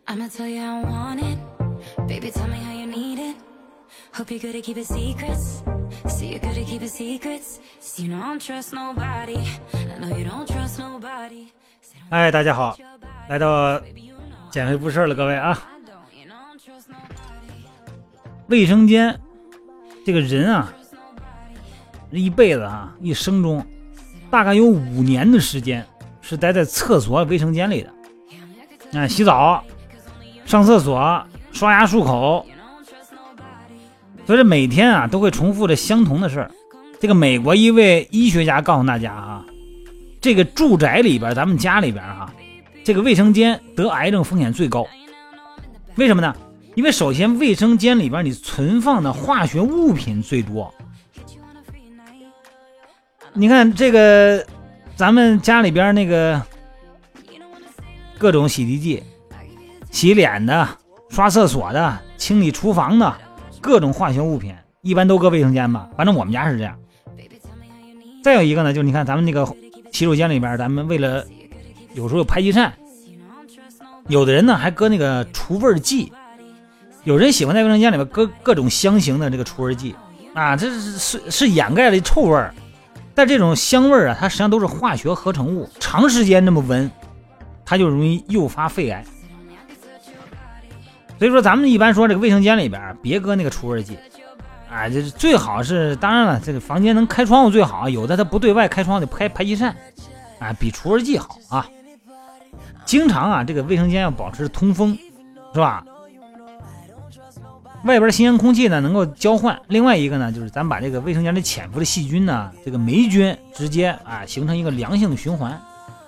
I'ma tell you I want it. Baby, tell me how you need it. Hope you're good at keeping secrets. See you're good at keeping secrets. See you don't trust nobody. I know you don't trust nobody. 哎，大家好，来到减肥不事了，各位啊。卫生间，这个人啊，一辈子啊，一生中大概有5年的时间是待在厕所卫生间里的。洗澡、上厕所、刷牙漱口，所以这每天啊都会重复着相同的事儿。这个美国一位医学家告诉大家啊，这个住宅里边，咱们家里边啊，这个卫生间得癌症风险最高。为什么呢？因为首先卫生间里边你存放的化学物品最多。你看这个咱们家里边那个各种洗涤剂、洗脸的、刷厕所的、清理厨房的各种化学物品一般都搁卫生间吧，反正我们家是这样。再有一个呢，就是你看咱们那个洗手间里边，咱们为了有时候有排气扇，有的人呢还搁那个除味剂，有人喜欢在卫生间里边搁各种香型的这个除味剂啊，这是掩盖了臭味儿，但这种香味啊，它实际上都是化学合成物，长时间这么闻，它就容易诱发肺癌。所以说咱们一般说这个卫生间里边别搁那个除味剂啊，这最好是，当然了，这个房间能开窗户最好，有的它不对外开窗户得开排气扇啊，比除味剂好啊。经常啊，这个卫生间要保持通风，是吧？外边新鲜空气呢能够交换，另外一个呢就是咱把这个卫生间里潜伏的细菌呢，这个霉菌直接啊形成一个良性的循环。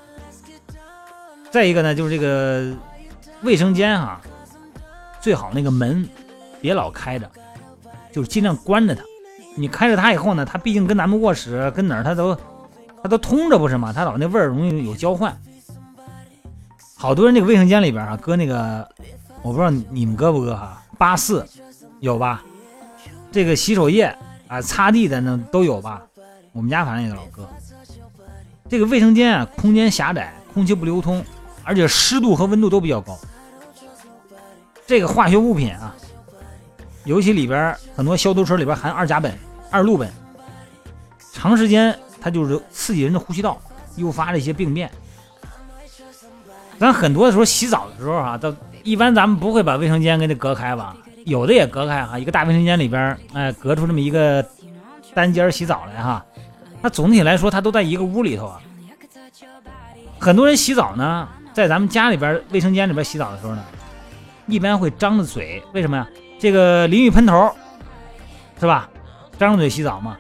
再一个呢就是这个卫生间啊，最好那个门别老开着，就是尽量关着它。你开着它以后呢，它毕竟跟咱们卧室跟哪儿它都通着不是吗？它老那味儿容易有交换。好多人这个卫生间里边啊搁那个，我不知道你们搁不搁哈，84有吧？这个洗手液啊擦地的呢都有吧？我们家反正也老搁。这个卫生间啊空间狭窄，空气不流通，而且湿度和温度都比较高。这个化学物品啊，尤其里边很多消毒水里边含2甲苯、2氯苯，长时间它就是刺激人的呼吸道，诱发了一些病变。咱很多的时候洗澡的时候啊，一般咱们不会把卫生间给它隔开吧，有的也隔开哈，一个大卫生间里边隔出这么一个单间洗澡来哈。那总体来说它都在一个屋里头啊。很多人洗澡呢，在咱们家里边卫生间里边洗澡的时候呢，一般会张着嘴，为什么呀？这个淋浴喷头是吧？张着嘴洗澡嘛，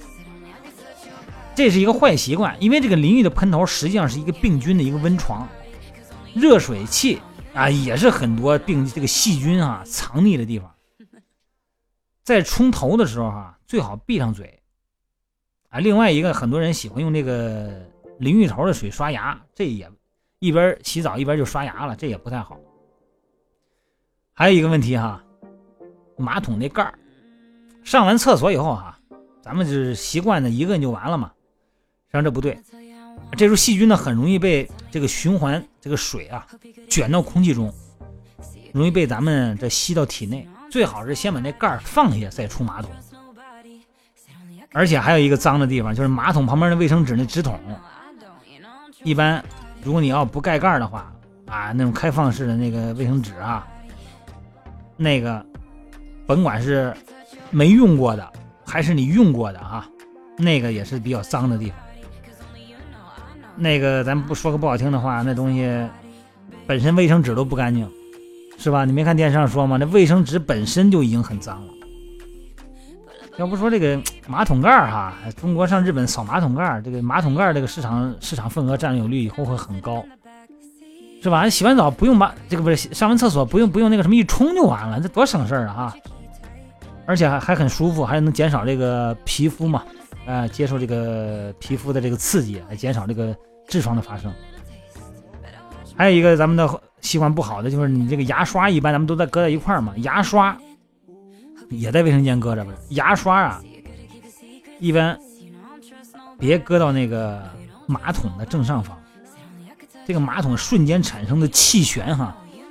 这是一个坏习惯，因为这个淋浴的喷头实际上是一个病菌的一个温床，热水器啊也是很多这个细菌啊藏匿的地方。在冲头的时候啊，最好闭上嘴啊。另外一个，很多人喜欢用这个淋浴头的水刷牙，这也一边洗澡一边就刷牙了，这也不太好。还有一个问题哈，马桶那盖儿，上完厕所以后哈，咱们就是习惯的一个就完了嘛，实际上这不对。这时候细菌呢很容易被这个循环这个水啊卷到空气中，容易被咱们这吸到体内。最好是先把那盖儿放下再出马桶。而且还有一个脏的地方，就是马桶旁边的卫生纸那纸筒，一般如果你要不盖盖的话啊，那种开放式的那个卫生纸啊，那个甭管是没用过的还是你用过的啊，那个也是比较脏的地方。那个咱不说个不好听的话，那东西本身卫生纸都不干净，是吧？你没看电视上说吗？那卫生纸本身就已经很脏了。要不说这个马桶盖哈，中国上日本扫马桶盖，这个马桶盖这个市场份额占有率以后会很高，是吧？洗完澡不用这个不是上完厕所不用那个什么一冲就完了，这多省事儿啊哈！而且还很舒服，还能减少这个皮肤嘛，接受这个皮肤的这个刺激，来减少这个痔疮的发生。还有一个咱们的习惯不好的就是你这个牙刷，一般咱们都在搁在一块儿嘛，牙刷也在卫生间搁着吧？牙刷啊，一般别搁到那个马桶的正上方，这个马桶瞬间产生的气旋哈，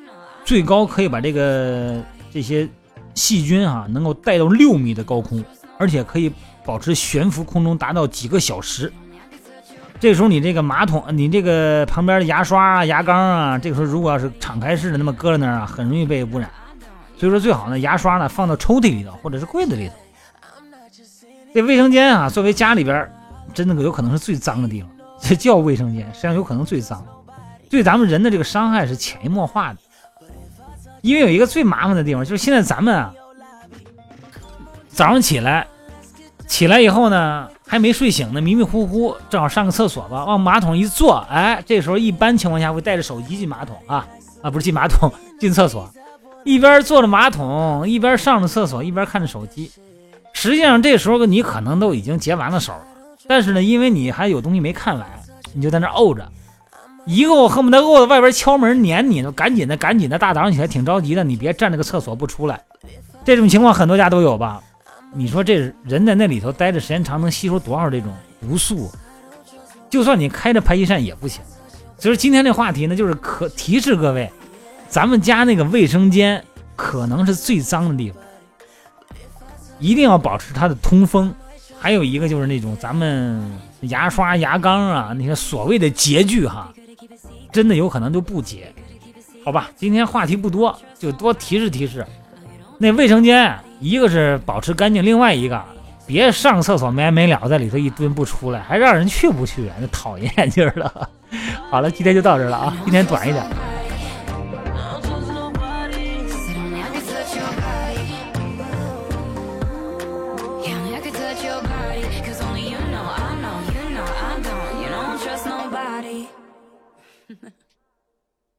最高可以把这些细菌啊能够带到6米的高空，而且可以保持悬浮空中达到几个小时。这时候你这个马桶，你这个旁边的牙刷啊、牙缸啊，这个时候如果要是敞开式的那么搁在那儿啊，很容易被污染。所以说最好呢，牙刷呢放到抽屉里头或者是柜子里头。这卫生间啊，作为家里边真的有可能是最脏的地方，这叫卫生间，实际上有可能最脏，对咱们人的这个伤害是潜移默化的。因为有一个最麻烦的地方，就是现在咱们啊，早上起来以后呢，还没睡醒呢，迷迷糊糊，正好上个厕所吧，往马桶一坐，哎，这时候一般情况下会带着手机进马桶不是进马桶，进厕所，一边坐着马桶，一边上着厕所，一边看着手机。实际上这时候你可能都已经结完了手了，但是呢，因为你还有东西没看完，你就在那怄着，一个我恨不得怄到外边敲门撵你，赶紧的，大早上起来挺着急的，你别站这个厕所不出来。这种情况很多家都有吧？你说这人在那里头待着时间长，能吸收多少这种毒素？就算你开着排气扇也不行。所以今天这话题呢，就是提示各位，咱们家那个卫生间可能是最脏的地方，一定要保持它的通风。还有一个就是那种咱们牙刷、牙缸啊，那些所谓的洁具哈，真的有可能就不洁。好吧，今天话题不多，就多提示。那卫生间，一个是保持干净，另外一个别上厕所没完没了，在里头一蹲不出来，还让人去不去啊？那讨厌劲儿了。好了，今天就到这儿了啊，今天短一点。 Trust nobody.